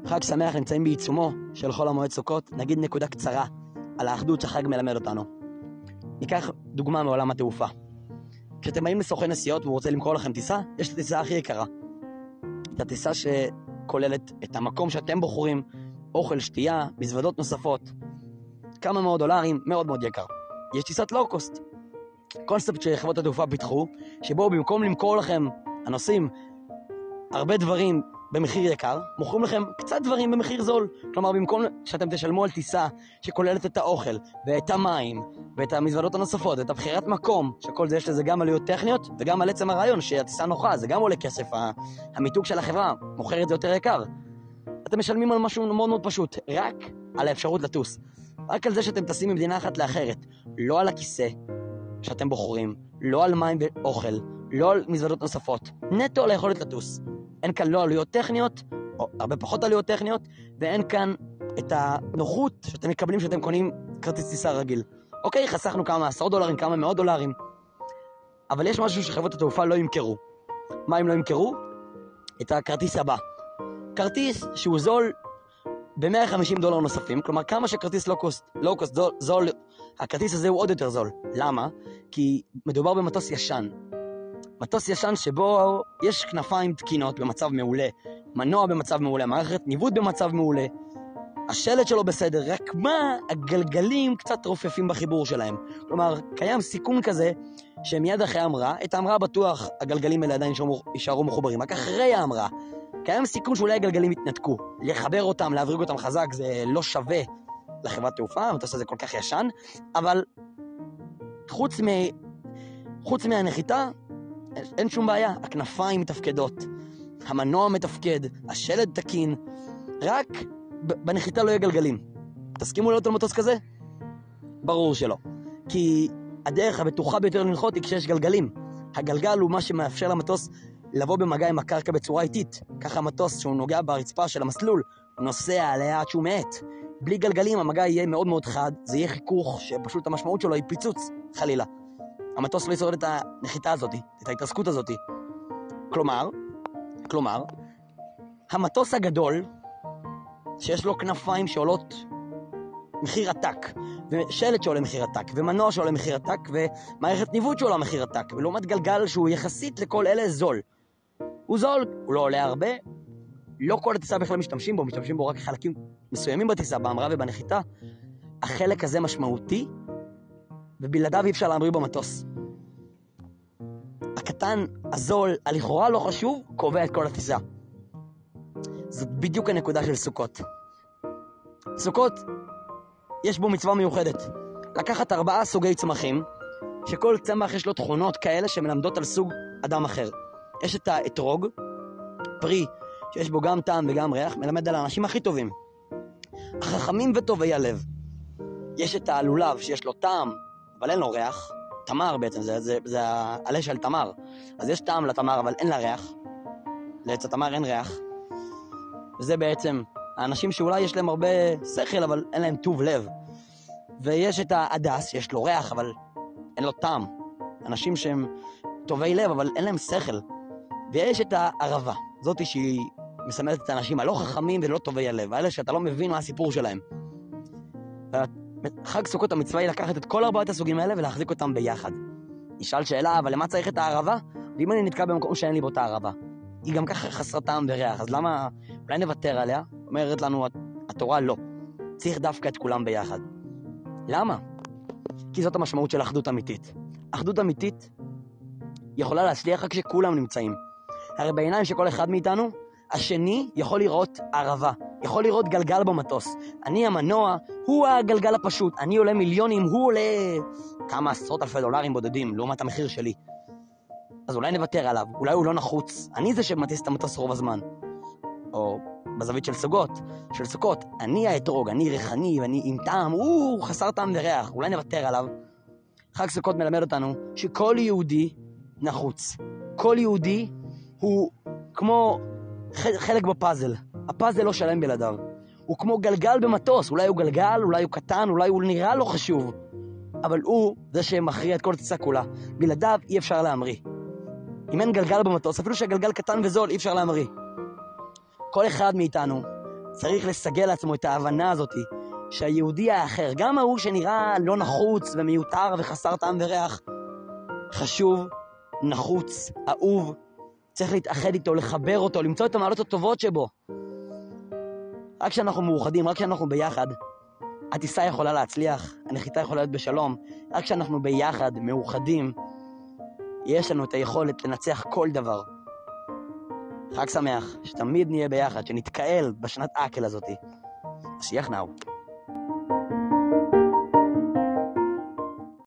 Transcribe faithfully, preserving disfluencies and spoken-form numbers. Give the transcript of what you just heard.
חג שמח, נמצאים בעיצומו של חול המועד סוכות. נגיד נקודה קצרה על האחדות שהחג מלמד אותנו. ניקח דוגמה מעולם התעופה. כשאתם באים לסוכן נסיעות והוא רוצה למכור לכם טיסה, יש את הטיסה הכי יקרה. את הטיסה שכוללת את המקום שאתם בוחרים, אוכל, שתייה, מזוודות נוספות. כמה מאות דולרים, מאוד מאוד יקר. יש טיסת לואו-קוסט. קונספט שחברות התעופה פיתחו, שבו במקום למכור לכם, הנוסעים, הרבה דברים במחיר יקר, מוכרים לכם קצת דברים במחיר זול. כלומר, במקום שאתם תשלמו על טיסה שכוללת את האוכל, ואת המים, ואת המזוודות הנוספות, ואת הבחירת מקום, שכל זה יש לזה גם עלויות טכניות, וגם על עצם הרעיון שהטיסה נוחה, זה גם עולה כסף, המיתוג של החברה מוכר את זה יותר יקר. אתם משלמים על משהו מאוד מאוד פשוט, רק על האפשרות לטוס. רק על זה שאתם טסים ממדינה אחת לאחרת, לא על הכיסא שאתם בוחרים, לא על מים ואוכל, לא על מזוודות נוספות, נטו על היכולת לטוס. אין כאן לא עלויות טכניות, או הרבה פחות עלויות טכניות, ואין כאן את הנוחות שאתם מקבלים שאתם קונים כרטיס טיסה רגיל. אוקיי, חסכנו כמה עשרות דולרים, כמה מאות דולרים, אבל יש משהו שחברות התעופה לא ימכרו. מה הם לא ימכרו? את הכרטיס הבא. כרטיס שהוא זול ב-מאה וחמישים דולר נוספים, כלומר כמה שכרטיס לואו-קוסט, לואו-קוסט זול, זול, הכרטיס הזה הוא עוד יותר זול. למה? כי מדובר במטוס ישן. מטוס ישן שבו יש כנפיים תקינות במצב מעולה, מנוע במצב מעולה, מערכת ניווט במצב מעולה, השלט שלו בסדר, רק מה, הגלגלים קצת רופפים בחיבור שלהם. כלומר, קיים סיכון כזה שמיד אחרי ההמראה, את ההמראה בטוח הגלגלים האלה עדיין יישארו מחוברים, רק אחרי ההמראה, קיים סיכון שאולי הגלגלים יתנתקו. לחבר אותם, להבריג אותם חזק, זה לא שווה לחברת תעופה, המטוס הזה כל כך ישן, אבל חוץ, מ... חוץ מהנחיתה, אין שום בעיה, הכנפיים מתפקדות, המנוע מתפקד, השלד תקין, רק בנחיתה לא יהיה גלגלים. תסכימו להיות על מטוס כזה? ברור שלא. כי הדרך הבטוחה ביותר לנחות היא כשיש גלגלים. הגלגל הוא מה שמאפשר למטוס לבוא במגע עם הקרקע בצורה איטית. ככה המטוס שהוא נוגע ברצפה של המסלול, הוא נוסע עליה עד שהוא מעט. בלי גלגלים המגע יהיה מאוד מאוד חד, זה יהיה חיכוך שפשוט המשמעות שלו היא פיצוץ, חלילה. המטוס לא ישורד את הנחיתה הזאת, את ההתרסקות הזאת. כלומר, כלומר, המטוס הגדול, שיש לו כנפיים שעולות מחיר עתק, ושלט שעולה מחיר עתק, ומנוע שעולה מחיר עתק, ומערכת ניווט שעולה מחיר עתק, ולעומת גלגל שהוא יחסית לכל אלה זול. הוא זול, הוא לא עולה הרבה, לא כל הטיסה בכלל משתמשים בו, משתמשים בו רק חלקים מסוימים בטיסה, בהמראה ובנחיתה. החלק הזה משמעותי, ובלעדיו אי אפשר להמריא במטוס. הקטן, הזול, הלכאורה לא חשוב, קובע את כל הטיסה. זאת בדיוק הנקודה של סוכות. סוכות, יש בו מצווה מיוחדת. לקחת ארבעה סוגי צמחים, שכל צמח יש לו תכונות כאלה שמלמדות על סוג אדם אחר. יש את האתרוג, פרי, שיש בו גם טעם וגם ריח, מלמד על האנשים הכי טובים. החכמים וטובי הלב. יש את הלולב, שיש לו טעם, אבל אין לו ריח. תמר בעצם, זה, זה, זה העלה של תמר. אז יש טעם לתמר, אבל אין לה ריח. לעץ התמר אין ריח. וזה בעצם האנשים שאולי יש להם הרבה שכל, אבל אין להם טוב לב. ויש את העדס, יש לו ריח, אבל אין לו טעם. אנשים שהם טובי לב, אבל אין להם שכל. ויש את הערבה, זאת שהיא מסמלת את האנשים הלא חכמים ולא טובי הלב, האלה שאתה לא מבין מה הסיפור שלהם. חג סוכות המצווה היא לקחת את כל ארבעת הסוגים האלה ולהחזיק אותם ביחד. נשאל שאלה, אבל למה צריך את הערבה? ואם אני נתקע במקום שאין לי בו את הערבה? היא גם ככה חסרת טעם וריח, אז למה, אולי נוותר עליה? אומרת לנו התורה לא. צריך דווקא את כולם ביחד. למה? כי זאת המשמעות של אחדות אמיתית. אחדות אמיתית יכולה להצליח רק כשכולם נמצאים. הרי בעיניים שכל אחד מאיתנו, השני יכול לראות ערבה, יכול לראות גלגל במטוס. אני המנוע, הוא הגלגל הפשוט. אני עולה מיליונים, הוא עולה כמה עשרות אלפי דולרים בודדים, לעומת המחיר שלי. אז אולי נוותר עליו, אולי הוא לא נחוץ. אני זה שמטיס את המטוס רוב הזמן. או בזווית של סוגות, של סוכות, אני האתרוג, אני ריחני, ואני עם טעם, הוא חסר טעם וריח, אולי נוותר עליו. חג סוכות מלמד אותנו שכל יהודי נחוץ. כל יהודי הוא כמו חלק בפאזל. הפאזל לא שלם בלעדיו. הוא כמו גלגל במטוס, אולי הוא גלגל, אולי הוא קטן, אולי הוא נראה לא חשוב. אבל הוא זה שמכריע את כל הטיסה כולה. בלעדיו אי אפשר להמריא. אם אין גלגל במטוס, אפילו שהגלגל קטן וזול, אי אפשר להמריא. כל אחד מאיתנו צריך לסגל לעצמו את ההבנה הזאת שהיהודי האחר, גם ההוא שנראה לא נחוץ ומיותר וחסר טעם וריח, חשוב, נחוץ, אהוב, צריך להתאחד איתו, לחבר אותו, למצוא את המעלות הטובות שבו. רק כשאנחנו מאוחדים, רק כשאנחנו ביחד, הטיסה יכולה להצליח, הנחיתה יכולה להיות בשלום. רק כשאנחנו ביחד, מאוחדים, יש לנו את היכולת לנצח כל דבר. חג שמח, שתמיד נהיה ביחד, שנתקהל בשנת אקל הזאת. שיח נאו.